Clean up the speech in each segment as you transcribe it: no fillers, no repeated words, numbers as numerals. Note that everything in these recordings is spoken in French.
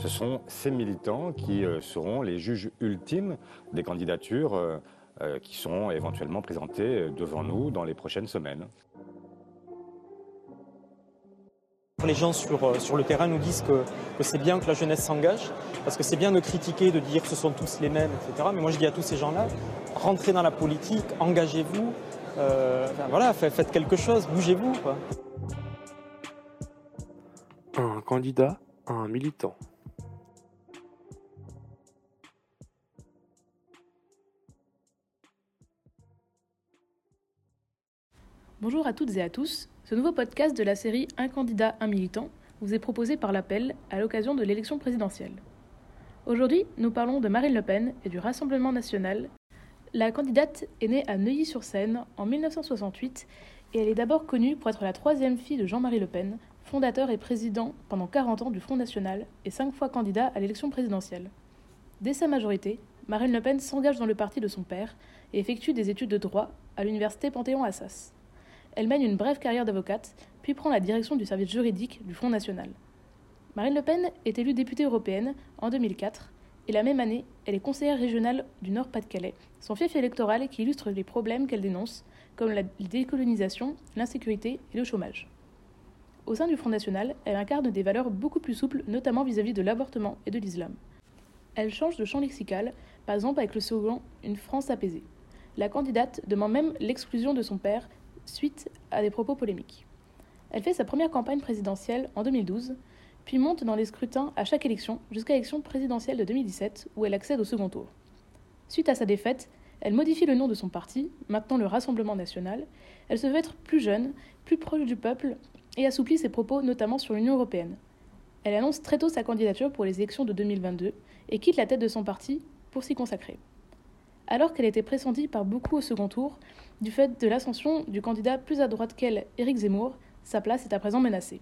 Ce sont ces militants qui seront les juges ultimes des candidatures qui seront éventuellement présentées devant nous dans les prochaines semaines. Les gens sur le terrain nous disent que c'est bien que la jeunesse s'engage, parce que c'est bien de critiquer, de dire que ce sont tous les mêmes, etc. Mais moi je dis à tous ces gens-là, rentrez dans la politique, engagez-vous, faites quelque chose, bougez-vous, quoi. Un candidat, un militant. Bonjour à toutes et à tous. Ce nouveau podcast de la série Un candidat, un militant vous est proposé par l'Appel à l'occasion de l'élection présidentielle. Aujourd'hui, nous parlons de Marine Le Pen et du Rassemblement national. La candidate est née à Neuilly-sur-Seine en 1968 et elle est d'abord connue pour être la troisième fille de Jean-Marie Le Pen, fondateur et président pendant 40 ans du Front National et 5 fois candidat à l'élection présidentielle. Dès sa majorité, Marine Le Pen s'engage dans le parti de son père et effectue des études de droit à l'université Panthéon-Assas. Elle mène une brève carrière d'avocate, puis prend la direction du service juridique du Front National. Marine Le Pen est élue députée européenne en 2004, et la même année, elle est conseillère régionale du Nord-Pas-de-Calais, son fief électoral qui illustre les problèmes qu'elle dénonce, comme la décolonisation, l'insécurité et le chômage. Au sein du Front National, elle incarne des valeurs beaucoup plus souples, notamment vis-à-vis de l'avortement et de l'islam. Elle change de champ lexical, par exemple avec le slogan « Une France apaisée ». La candidate demande même l'exclusion de son père suite à des propos polémiques. Elle fait sa première campagne présidentielle en 2012, puis monte dans les scrutins à chaque élection jusqu'à l'élection présidentielle de 2017 où elle accède au second tour. Suite à sa défaite, elle modifie le nom de son parti, maintenant le Rassemblement national. Elle se veut être plus jeune, plus proche du peuple et assouplit ses propos notamment sur l'Union européenne. Elle annonce très tôt sa candidature pour les élections de 2022 et quitte la tête de son parti pour s'y consacrer. Alors qu'elle était pressentie par beaucoup au second tour, du fait de l'ascension du candidat plus à droite qu'elle, Éric Zemmour, sa place est à présent menacée.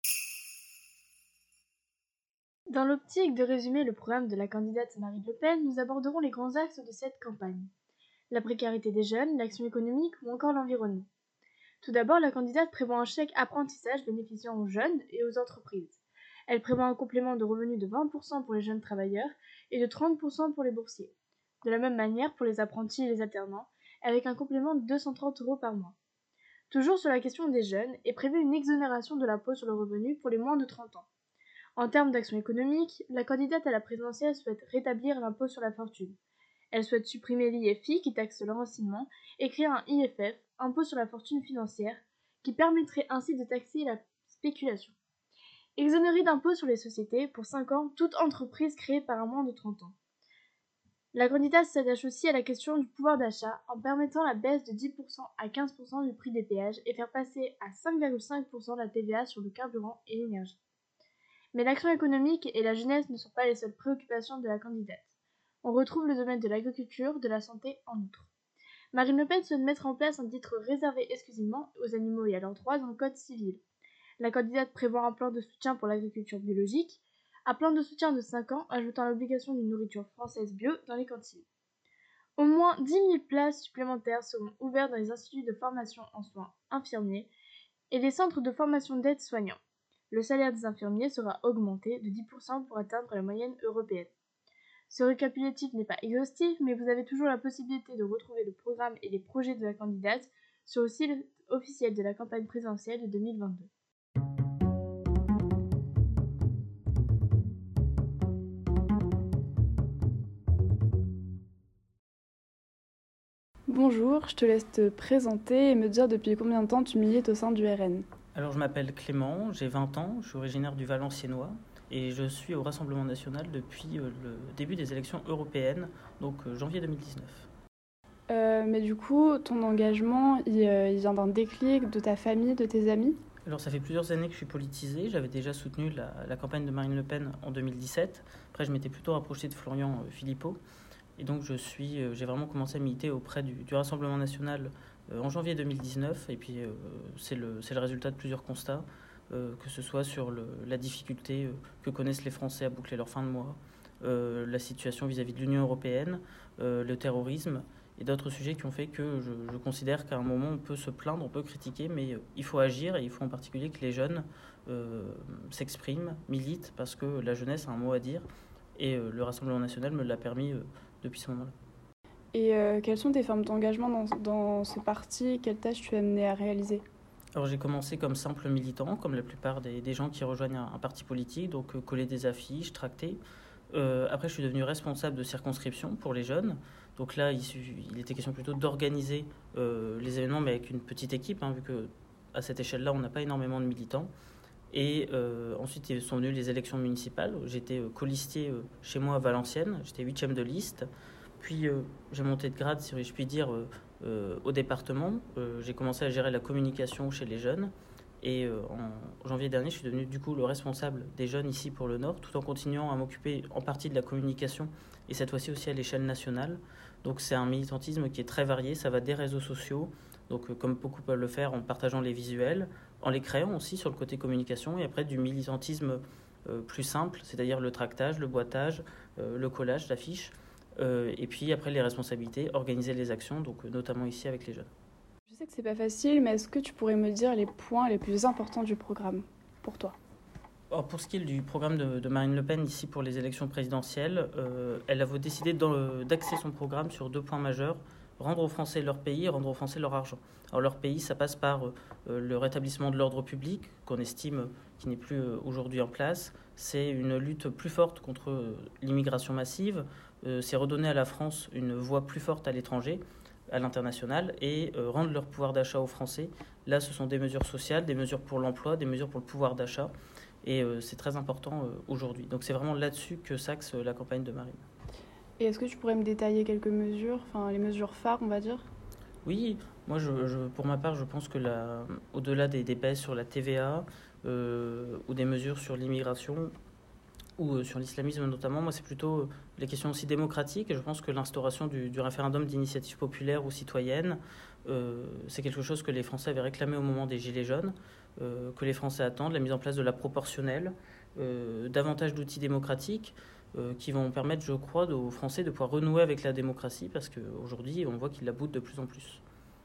Dans l'optique de résumer le programme de la candidate Marine Le Pen, nous aborderons les grands axes de cette campagne. La précarité des jeunes, l'action économique ou encore l'environnement. Tout d'abord, la candidate prévoit un chèque apprentissage bénéficiant aux jeunes et aux entreprises. Elle prévoit un complément de revenus de 20% pour les jeunes travailleurs et de 30% pour les boursiers. De la même manière pour les apprentis et les alternants, avec un complément de 230 € par mois. Toujours sur la question des jeunes, est prévue une exonération de l'impôt sur le revenu pour les moins de 30 ans. En termes d'action économique, la candidate à la présidentielle souhaite rétablir l'impôt sur la fortune. Elle souhaite supprimer l'IFI qui taxe l'enracinement et créer un IFF, impôt sur la fortune financière, qui permettrait ainsi de taxer la spéculation. Exonérer d'impôt sur les sociétés pour 5 ans toute entreprise créée par un moins de 30 ans. La candidate s'attache aussi à la question du pouvoir d'achat en permettant la baisse de 10% à 15% du prix des péages et faire passer à 5,5% la TVA sur le carburant et l'énergie. Mais l'action économique et la jeunesse ne sont pas les seules préoccupations de la candidate. On retrouve le domaine de l'agriculture, de la santé en outre. Marine Le Pen souhaite mettre en place un titre réservé exclusivement aux animaux et à leurs droits dans le Code civil. La candidate prévoit un plan de soutien pour l'agriculture biologique, un plan de soutien de 5 ans ajoutant l'obligation d'une nourriture française bio dans les cantines. Au moins 10 000 places supplémentaires seront ouvertes dans les instituts de formation en soins infirmiers et les centres de formation d'aide-soignants. Le salaire des infirmiers sera augmenté de 10% pour atteindre la moyenne européenne. Ce récapitulatif n'est pas exhaustif, mais vous avez toujours la possibilité de retrouver le programme et les projets de la candidate sur le site officiel de la campagne présidentielle de 2022. Bonjour, je te laisse te présenter et me dire depuis combien de temps tu milites au sein du RN. Alors je m'appelle Clément, j'ai 20 ans, je suis originaire du Valenciennois et je suis au Rassemblement national depuis le début des élections européennes, donc janvier 2019. Mais du coup, ton engagement, il vient d'un déclic de ta famille, de tes amis ? Alors ça fait plusieurs années que je suis politisé, j'avais déjà soutenu la campagne de Marine Le Pen en 2017, après je m'étais plutôt rapproché de Florian Philippot. Et donc j'ai vraiment commencé à militer auprès du Rassemblement national en janvier 2019. Et puis c'est le résultat de plusieurs constats, que ce soit sur la difficulté que connaissent les Français à boucler leur fin de mois, la situation vis-à-vis de l'Union européenne, le terrorisme et d'autres sujets qui ont fait que je considère qu'à un moment on peut se plaindre, on peut critiquer, mais il faut agir et il faut en particulier que les jeunes s'expriment, militent, parce que la jeunesse a un mot à dire et le Rassemblement national me l'a permis depuis ce moment-là. Et quelles sont tes formes d'engagement dans ce parti? Quelles tâches tu es amené à réaliser? Alors j'ai commencé comme simple militant, comme la plupart des gens qui rejoignent un parti politique, donc coller des affiches, tracter. Après je suis devenu responsable de circonscription pour les jeunes. Donc là il était question plutôt d'organiser les événements, mais avec une petite équipe, vu qu'à cette échelle-là on n'a pas énormément de militants. Et ensuite sont venues les élections municipales. J'étais colistier chez moi à Valenciennes, j'étais 8e de liste. Puis j'ai monté de grade, si je puis dire, au département. J'ai commencé à gérer la communication chez les jeunes. Et en janvier dernier, je suis devenu du coup le responsable des jeunes ici pour le Nord, tout en continuant à m'occuper en partie de la communication, et cette fois-ci aussi à l'échelle nationale. Donc c'est un militantisme qui est très varié, ça va des réseaux sociaux, donc comme beaucoup peuvent le faire en partageant les visuels, en les créant aussi sur le côté communication, et après du militantisme plus simple, c'est-à-dire le tractage, le boitage, le collage d'affiches. Et puis après les responsabilités, organiser les actions, donc notamment ici avec les jeunes. Je sais que c'est pas facile, mais est-ce que tu pourrais me dire les points les plus importants du programme pour toi? Alors pour ce qui est du programme de Marine Le Pen ici pour les élections présidentielles, elle a décidé d'axer son programme sur 2 points majeurs: rendre aux Français leur pays et rendre aux Français leur argent. Alors leur pays, ça passe par le rétablissement de l'ordre public, qu'on estime qui n'est plus aujourd'hui en place. C'est une lutte plus forte contre l'immigration massive. C'est redonner à la France une voix plus forte à l'étranger, à l'international, et rendre leur pouvoir d'achat aux Français. Là, ce sont des mesures sociales, des mesures pour l'emploi, des mesures pour le pouvoir d'achat. Et c'est très important aujourd'hui. Donc c'est vraiment là-dessus que s'axe la campagne de Marine. Et est-ce que tu pourrais me détailler quelques mesures, enfin les mesures phares, on va dire? Oui, moi pour ma part, je pense que au-delà des baisses sur la TVA ou des mesures sur l'immigration ou sur l'islamisme notamment, moi c'est plutôt les questions aussi démocratiques. Et je pense que l'instauration du référendum d'initiative populaire ou citoyenne, c'est quelque chose que les Français avaient réclamé au moment des Gilets jaunes, que les Français attendent, la mise en place de la proportionnelle, davantage d'outils démocratiques qui vont permettre, je crois, aux Français de pouvoir renouer avec la démocratie, parce qu'aujourd'hui, on voit qu'ils la boutent de plus en plus.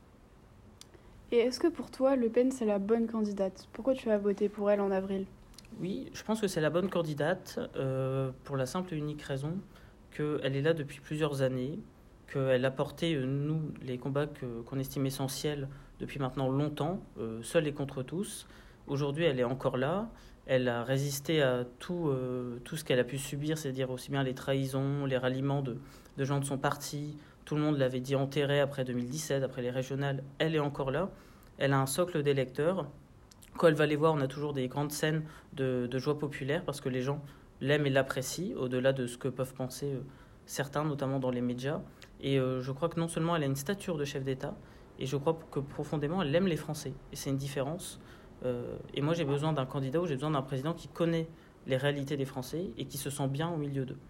Et est-ce que pour toi, Le Pen, c'est la bonne candidate? Pourquoi tu as voté pour elle en avril? Oui, je pense que c'est la bonne candidate pour la simple et unique raison qu'elle est là depuis plusieurs années, qu'elle a porté, nous, les combats qu'on estime essentiels depuis maintenant longtemps, seule et contre tous. Aujourd'hui, elle est encore là. Elle a résisté à tout ce qu'elle a pu subir, c'est-à-dire aussi bien les trahisons, les ralliements de gens de son parti. Tout le monde l'avait dit enterrée après 2017, après les régionales. Elle est encore là. Elle a un socle d'électeurs. Quand elle va les voir, on a toujours des grandes scènes de joie populaire parce que les gens l'aiment et l'apprécient, au-delà de ce que peuvent penser certains, notamment dans les médias. Et je crois que non seulement elle a une stature de chef d'État, et je crois que profondément, elle aime les Français. Et c'est une différence. Et moi, j'ai besoin d'un candidat ou j'ai besoin d'un président qui connaît les réalités des Français et qui se sent bien au milieu d'eux.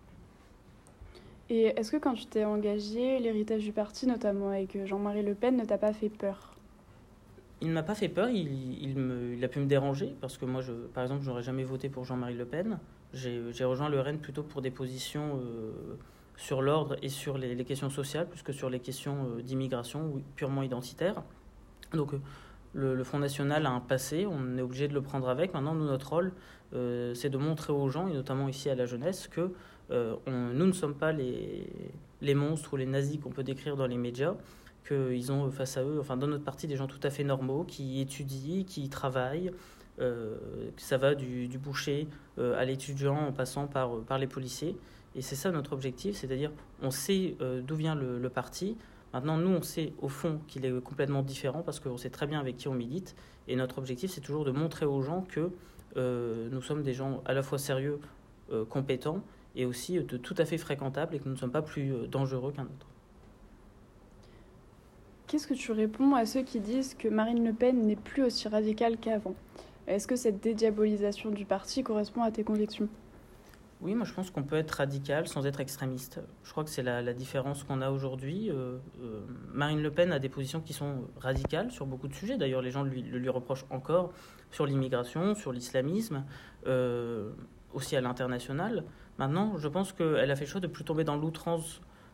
Et est-ce que quand tu t'es engagé, l'héritage du parti, notamment avec Jean-Marie Le Pen, ne t'a pas fait peur? Il ne m'a pas fait peur, il a pu me déranger, parce que moi, par exemple, je n'aurais jamais voté pour Jean-Marie Le Pen. J'ai rejoint le RN plutôt pour des positions sur l'ordre et sur les questions sociales, plus que sur les questions d'immigration ou purement identitaires. Donc le Front National a un passé, on est obligé de le prendre avec. Maintenant, nous, notre rôle, c'est de montrer aux gens, et notamment ici à la jeunesse, que nous ne sommes pas les monstres ou les nazis qu'on peut décrire dans les médias, qu'ils ont face à eux, enfin dans notre parti, des gens tout à fait normaux, qui étudient, qui travaillent, que ça va du boucher à l'étudiant en passant par les policiers. Et c'est ça notre objectif, c'est-à-dire on sait d'où vient le parti. Maintenant, nous, on sait au fond qu'il est complètement différent parce qu'on sait très bien avec qui on milite. Et notre objectif, c'est toujours de montrer aux gens que nous sommes des gens à la fois sérieux, compétents, et aussi tout à fait fréquentables et que nous ne sommes pas plus dangereux qu'un autre. Qu'est-ce que tu réponds à ceux qui disent que Marine Le Pen n'est plus aussi radicale qu'avant? Est-ce que cette dédiabolisation du parti correspond à tes convictions? Oui, moi je pense qu'on peut être radical sans être extrémiste. Je crois que c'est la différence qu'on a aujourd'hui. Marine Le Pen a des positions qui sont radicales sur beaucoup de sujets. D'ailleurs, les gens le lui reprochent encore sur l'immigration, sur l'islamisme, aussi à l'international. Maintenant, je pense qu'elle a fait le choix de ne plus tomber dans l'outrance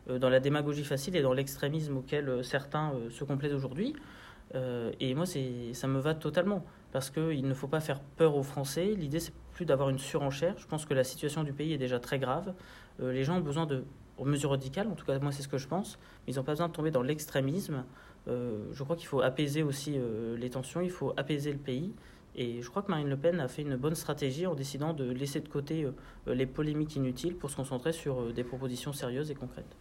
dans la démagogie facile et dans l'extrémisme auquel certains se complaisent aujourd'hui. Et moi, ça me va totalement, parce qu'il ne faut pas faire peur aux Français. L'idée, c'est plus d'avoir une surenchère. Je pense que la situation du pays est déjà très grave. Les gens ont besoin de mesures radicales, en tout cas, moi, c'est ce que je pense. Mais ils n'ont pas besoin de tomber dans l'extrémisme. Je crois qu'il faut apaiser aussi les tensions, il faut apaiser le pays. Et je crois que Marine Le Pen a fait une bonne stratégie en décidant de laisser de côté les polémiques inutiles pour se concentrer sur des propositions sérieuses et concrètes.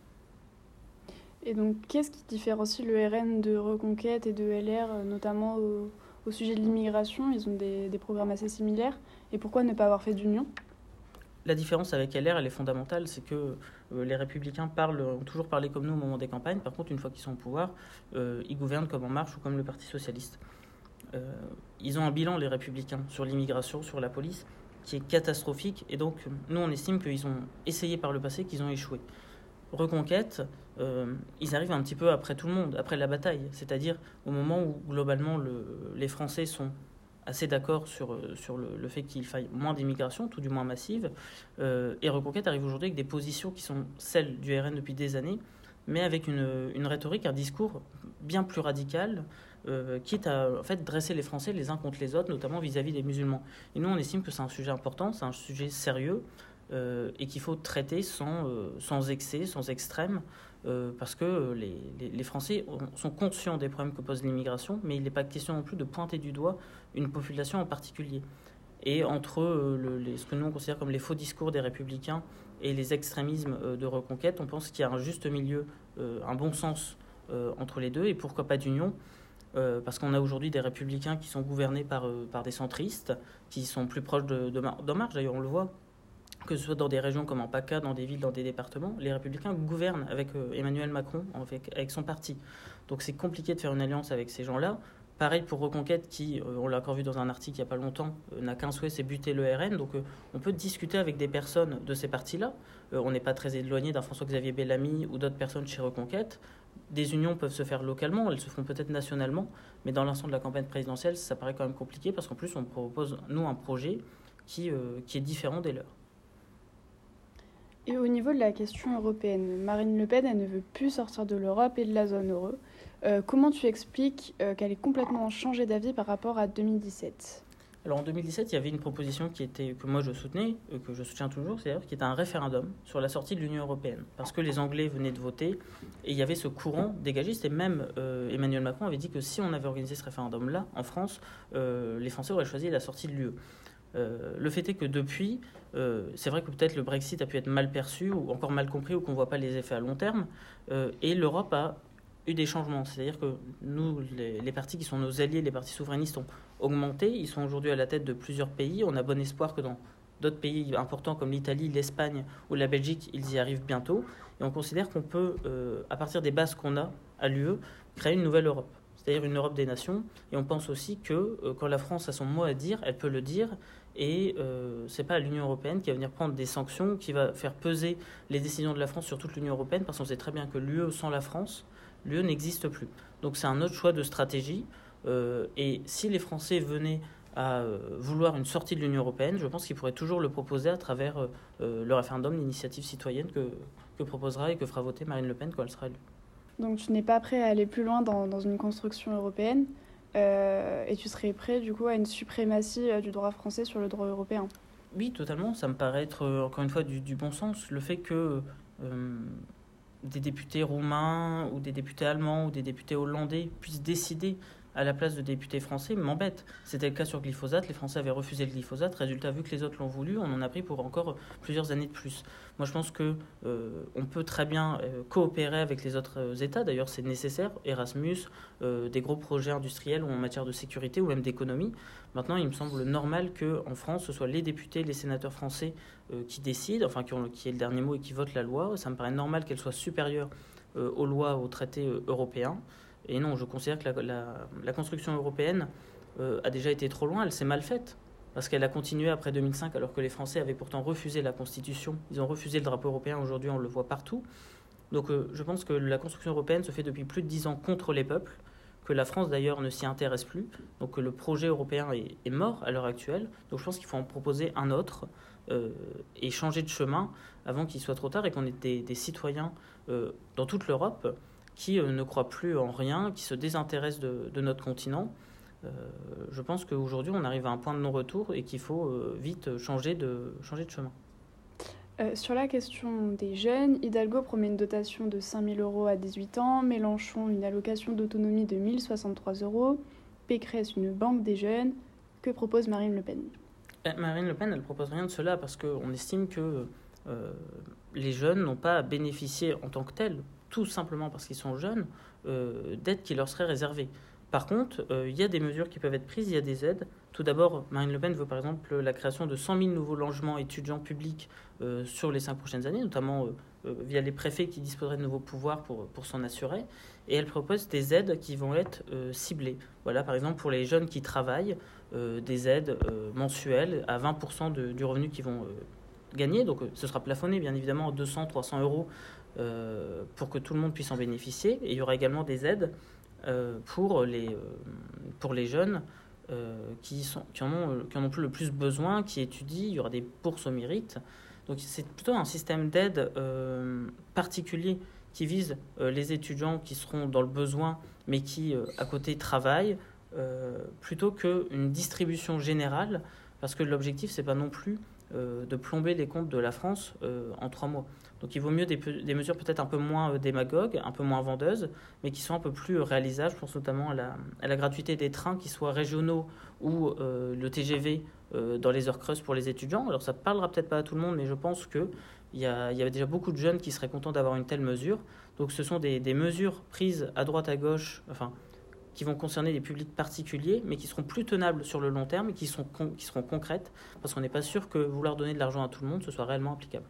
Et donc, qu'est-ce qui différencie le RN de Reconquête et de LR, notamment au sujet de l'immigration? Ils ont des programmes assez similaires. Et pourquoi ne pas avoir fait d'union? La différence avec LR, elle est fondamentale, c'est que les Républicains ont toujours parlé comme nous au moment des campagnes. Par contre, une fois qu'ils sont au pouvoir, ils gouvernent comme En Marche ou comme le Parti Socialiste. Ils ont un bilan, les Républicains, sur l'immigration, sur la police, qui est catastrophique. Et donc, nous, on estime qu'ils ont essayé par le passé, qu'ils ont échoué. Reconquête, ils arrivent un petit peu après tout le monde, après la bataille. C'est-à-dire au moment où, globalement, les Français sont assez d'accord sur le fait qu'il faille moins d'immigration, tout du moins massive. Et Reconquête arrive aujourd'hui avec des positions qui sont celles du RN depuis des années, mais avec une rhétorique, un discours bien plus radical, quitte à en fait, dresser les Français les uns contre les autres, notamment vis-à-vis des musulmans. Et nous, on estime que c'est un sujet important, c'est un sujet sérieux, et qu'il faut traiter sans excès, sans extrême, parce que les Français sont conscients des problèmes que pose l'immigration, mais il n'est pas question non plus de pointer du doigt une population en particulier. Et entre ce que nous on considère comme les faux discours des Républicains et les extrémismes de Reconquête, on pense qu'il y a un juste milieu, un bon sens entre les deux, et pourquoi pas d'union, parce qu'on a aujourd'hui des Républicains qui sont gouvernés par des centristes, qui sont plus proches d'En Marche, d'ailleurs on le voit, que ce soit dans des régions comme en PACA, dans des villes, dans des départements, les Républicains gouvernent avec Emmanuel Macron, avec son parti. Donc c'est compliqué de faire une alliance avec ces gens-là. Pareil pour Reconquête qui, on l'a encore vu dans un article il n'y a pas longtemps, n'a qu'un souhait, c'est buter le RN. Donc on peut discuter avec des personnes de ces partis-là. On n'est pas très éloigné d'un François-Xavier Bellamy ou d'autres personnes chez Reconquête. Des unions peuvent se faire localement, elles se font peut-être nationalement, mais dans l'ensemble de la campagne présidentielle, ça paraît quand même compliqué parce qu'en plus on propose, nous, un projet qui est différent des leurs. Et au niveau de la question européenne, Marine Le Pen, elle ne veut plus sortir de l'Europe et de la zone euro. Comment tu expliques qu'elle ait complètement changé d'avis par rapport à 2017 ? Alors en 2017, il y avait une proposition que moi je soutenais, que je soutiens toujours, c'est-à-dire qui était un référendum sur la sortie de l'Union européenne. Parce que les Anglais venaient de voter et il y avait ce courant dégagiste. Et même Emmanuel Macron avait dit que si on avait organisé ce référendum-là, en France, les Français auraient choisi la sortie de l'UE. Le fait est que depuis, c'est vrai que peut-être le Brexit a pu être mal perçu ou encore mal compris ou qu'on ne voit pas les effets à long terme. Et l'Europe a eu des changements. C'est-à-dire que nous, les partis qui sont nos alliés, les partis souverainistes, ont augmenté. Ils sont aujourd'hui à la tête de plusieurs pays. On a bon espoir que dans d'autres pays importants comme l'Italie, l'Espagne ou la Belgique, ils y arrivent bientôt. Et on considère qu'on peut, à partir des bases qu'on a à l'UE, créer une nouvelle Europe. C'est-à-dire une Europe des nations. Et on pense aussi que quand la France a son mot à dire, elle peut le dire. Et ce n'est pas l'Union européenne qui va venir prendre des sanctions, qui va faire peser les décisions de la France sur toute l'Union européenne, parce qu'on sait très bien que l'UE sans la France, l'UE n'existe plus. Donc c'est un autre choix de stratégie. Et si les Français venaient à vouloir une sortie de l'Union européenne, je pense qu'ils pourraient toujours le proposer à travers le référendum d'initiative citoyenne que proposera et que fera voter Marine Le Pen quand elle sera élue. Donc tu n'es pas prêt à aller plus loin dans une construction européenne et tu serais prêt du coup à une suprématie du droit français sur le droit européen? Oui, totalement. Ça me paraît être encore une fois du bon sens. Le fait que des députés roumains ou des députés allemands ou des députés hollandais puissent décider à la place de députés français m'embête. C'était le cas sur glyphosate. Les Français avaient refusé le glyphosate. Résultat, vu que les autres l'ont voulu, on en a pris pour encore plusieurs années de plus. Moi, je pense que on peut très bien coopérer avec les autres États. D'ailleurs, c'est nécessaire. Erasmus, des gros projets industriels ou en matière de sécurité ou même d'économie. Maintenant, il me semble normal qu'en France, ce soit les députés, les sénateurs français qui décident, enfin qui aient le dernier mot et qui votent la loi. Ça me paraît normal qu'elle soit supérieure aux lois, aux traités européens. Et non, je considère que la construction européenne a déjà été trop loin, elle s'est mal faite. Parce qu'elle a continué après 2005, alors que les Français avaient pourtant refusé la Constitution. Ils ont refusé le drapeau européen, aujourd'hui on le voit partout. Donc je pense que la construction européenne se fait depuis plus de 10 ans contre les peuples, que la France d'ailleurs ne s'y intéresse plus, donc que le projet européen est mort à l'heure actuelle. Donc je pense qu'il faut en proposer un autre et changer de chemin avant qu'il soit trop tard et qu'on ait des citoyens dans toute l'Europe qui ne croient plus en rien, qui se désintéressent de notre continent. Je pense qu'aujourd'hui, on arrive à un point de non-retour et qu'il faut vite changer de chemin. Sur la question des jeunes, Hidalgo promet une dotation de 5 000 € à 18 ans, Mélenchon une allocation d'autonomie de 1 063 €, Pécresse une banque des jeunes. Que propose Marine Le Pen ? Marine Le Pen, elle ne propose rien de cela parce qu'on estime que les jeunes n'ont pas à bénéficier en tant que tels, tout simplement parce qu'ils sont jeunes, d'aides qui leur seraient réservées. Par contre, il y a des mesures qui peuvent être prises, il y a des aides. Tout d'abord, Marine Le Pen veut par exemple la création de 100 000 nouveaux logements étudiants publics sur les 5 prochaines années, notamment via les préfets qui disposeraient de nouveaux pouvoirs pour s'en assurer. Et elle propose des aides qui vont être ciblées. Voilà, par exemple, pour les jeunes qui travaillent, des aides mensuelles à 20% du revenu qu'ils vont gagner. Donc ce sera plafonné, bien évidemment, à 200, 300 € pour que tout le monde puisse en bénéficier. Et il y aura également des aides pour les jeunes qui en ont le plus besoin, qui étudient. Il y aura des bourses au mérite. Donc c'est plutôt un système d'aide particulier qui vise les étudiants qui seront dans le besoin, mais qui, à côté, travaillent, plutôt qu'une distribution générale, parce que l'objectif, c'est pas non plus de plomber les comptes de la France en 3 mois. Donc il vaut mieux des mesures peut-être un peu moins démagogues, un peu moins vendeuses, mais qui sont un peu plus réalisables. Je pense notamment à la gratuité des trains, qui soient régionaux ou le TGV dans les heures creuses pour les étudiants. Alors ça ne parlera peut-être pas à tout le monde, mais je pense qu'il y a déjà beaucoup de jeunes qui seraient contents d'avoir une telle mesure. Donc ce sont des mesures prises à droite, à gauche, qui vont concerner des publics particuliers, mais qui seront plus tenables sur le long terme et qui seront concrètes, parce qu'on n'est pas sûr que vouloir donner de l'argent à tout le monde, ce soit réellement applicable.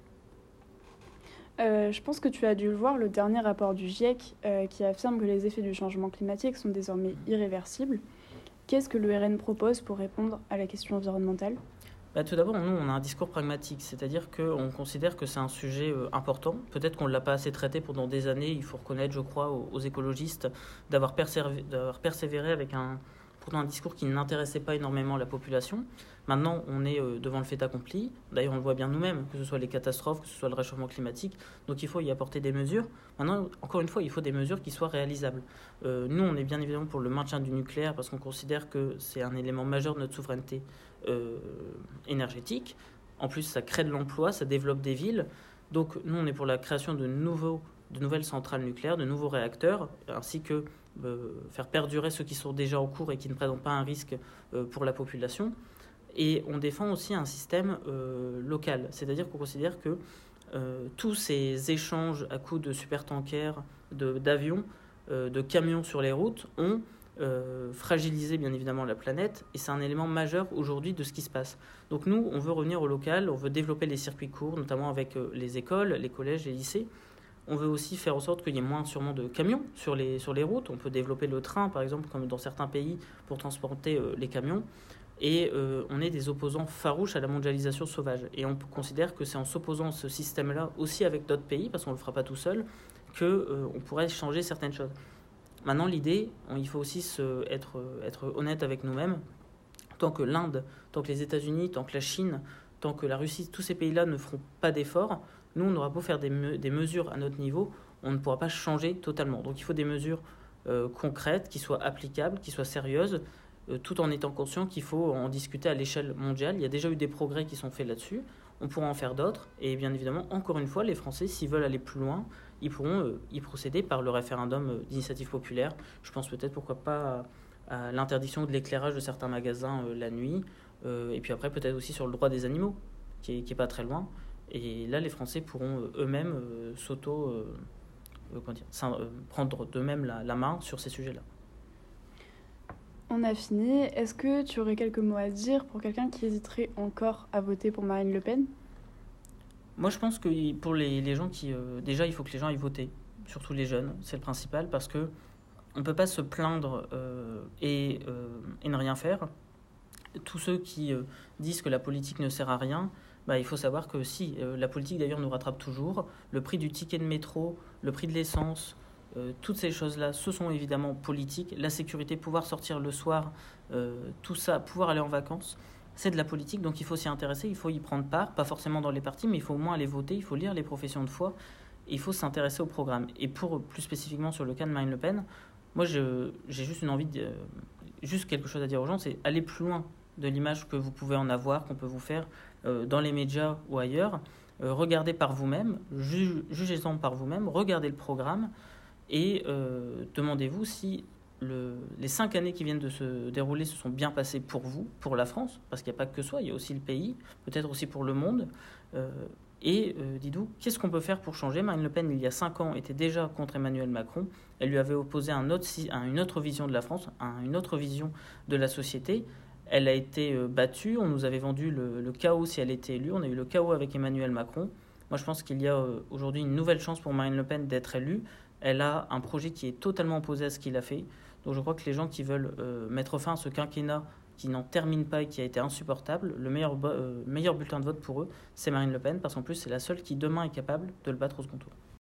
Je pense que tu as dû le voir, le dernier rapport du GIEC qui affirme que les effets du changement climatique sont désormais irréversibles. Qu'est-ce que le RN propose pour répondre à la question environnementale ? Tout d'abord, nous, on a un discours pragmatique, c'est-à-dire qu'on considère que c'est un sujet important. Peut-être qu'on ne l'a pas assez traité pendant des années. Il faut reconnaître, je crois, aux écologistes d'avoir persévéré avec pourtant un discours qui n'intéressait pas énormément la population. Maintenant, on est devant le fait accompli. D'ailleurs, on le voit bien nous-mêmes, que ce soit les catastrophes, que ce soit le réchauffement climatique. Donc, il faut y apporter des mesures. Maintenant, encore une fois, il faut des mesures qui soient réalisables. Nous, on est bien évidemment pour le maintien du nucléaire parce qu'on considère que c'est un élément majeur de notre souveraineté énergétique. En plus, ça crée de l'emploi, ça développe des villes. Donc, nous, on est pour la création de nouvelles centrales nucléaires, de nouveaux réacteurs, ainsi que faire perdurer ceux qui sont déjà en cours et qui ne présentent pas un risque pour la population. Et on défend aussi un système local, c'est-à-dire qu'on considère que tous ces échanges à coups de supertankers, d'avions, de camions sur les routes ont fragilisé bien évidemment la planète, et c'est un élément majeur aujourd'hui de ce qui se passe. Donc nous, on veut revenir au local, on veut développer les circuits courts, notamment avec les écoles, les collèges, les lycées. On veut aussi faire en sorte qu'il y ait moins sûrement de camions sur les routes. On peut développer le train, par exemple, comme dans certains pays, pour transporter les camions. Et on est des opposants farouches à la mondialisation sauvage. Et on considère que c'est en s'opposant à ce système-là, aussi avec d'autres pays, parce qu'on ne le fera pas tout seul, qu'on pourrait changer certaines choses. Maintenant, l'idée, il faut aussi être honnête avec nous-mêmes. Tant que l'Inde, tant que les États-Unis, tant que la Chine, tant que la Russie, tous ces pays-là ne feront pas d'efforts, nous, on aura beau faire des mesures à notre niveau, on ne pourra pas changer totalement. Donc il faut des mesures concrètes, qui soient applicables, qui soient sérieuses, tout en étant conscient qu'il faut en discuter à l'échelle mondiale. Il y a déjà eu des progrès qui sont faits là-dessus, on pourra en faire d'autres. Et bien évidemment, encore une fois, les Français, s'ils veulent aller plus loin, ils pourront y procéder par le référendum d'initiative populaire. Je pense peut-être, pourquoi pas, à l'interdiction de l'éclairage de certains magasins la nuit, et puis après peut-être aussi sur le droit des animaux, qui est pas très loin. Et là, les Français pourront eux-mêmes prendre d'eux-mêmes la main sur ces sujets-là. On a fini. Est-ce que tu aurais quelques mots à dire pour quelqu'un qui hésiterait encore à voter pour Marine Le Pen ? Moi, je pense que pour les gens qui... déjà, il faut que les gens aillent voter, surtout les jeunes, c'est le principal, parce que on ne peut pas se plaindre et ne rien faire. Tous ceux qui disent que la politique ne sert à rien, il faut savoir que si, la politique d'ailleurs nous rattrape toujours. Le prix du ticket de métro, le prix de l'essence, toutes ces choses-là, ce sont évidemment politiques. La sécurité, pouvoir sortir le soir, tout ça, pouvoir aller en vacances, c'est de la politique. Donc il faut s'y intéresser, il faut y prendre part, pas forcément dans les partis, mais il faut au moins aller voter, il faut lire les professions de foi. et il faut s'intéresser au programme. Et pour plus spécifiquement sur le cas de Marine Le Pen, moi j'ai juste une envie, juste quelque chose à dire aux gens, c'est aller plus loin de l'image que vous pouvez en avoir, qu'on peut vous faire dans les médias ou ailleurs. Regardez par vous-même, jugez-en par vous-même, regardez le programme et demandez-vous si les 5 années qui viennent de se dérouler se sont bien passées pour vous, pour la France, parce qu'il n'y a pas que soi, il y a aussi le pays, peut-être aussi pour le monde. Dites-vous, qu'est-ce qu'on peut faire pour changer ? Marine Le Pen, il y a 5 ans, était déjà contre Emmanuel Macron. Elle lui avait opposé une autre vision de la France, une autre vision de la société. Elle a été battue, on nous avait vendu le chaos si elle était élue, on a eu le chaos avec Emmanuel Macron. Moi je pense qu'il y a aujourd'hui une nouvelle chance pour Marine Le Pen d'être élue. Elle a un projet qui est totalement opposé à ce qu'il a fait. Donc je crois que les gens qui veulent mettre fin à ce quinquennat qui n'en termine pas et qui a été insupportable, le meilleur bulletin de vote pour eux, c'est Marine Le Pen, parce qu'en plus c'est la seule qui demain est capable de le battre au second tour.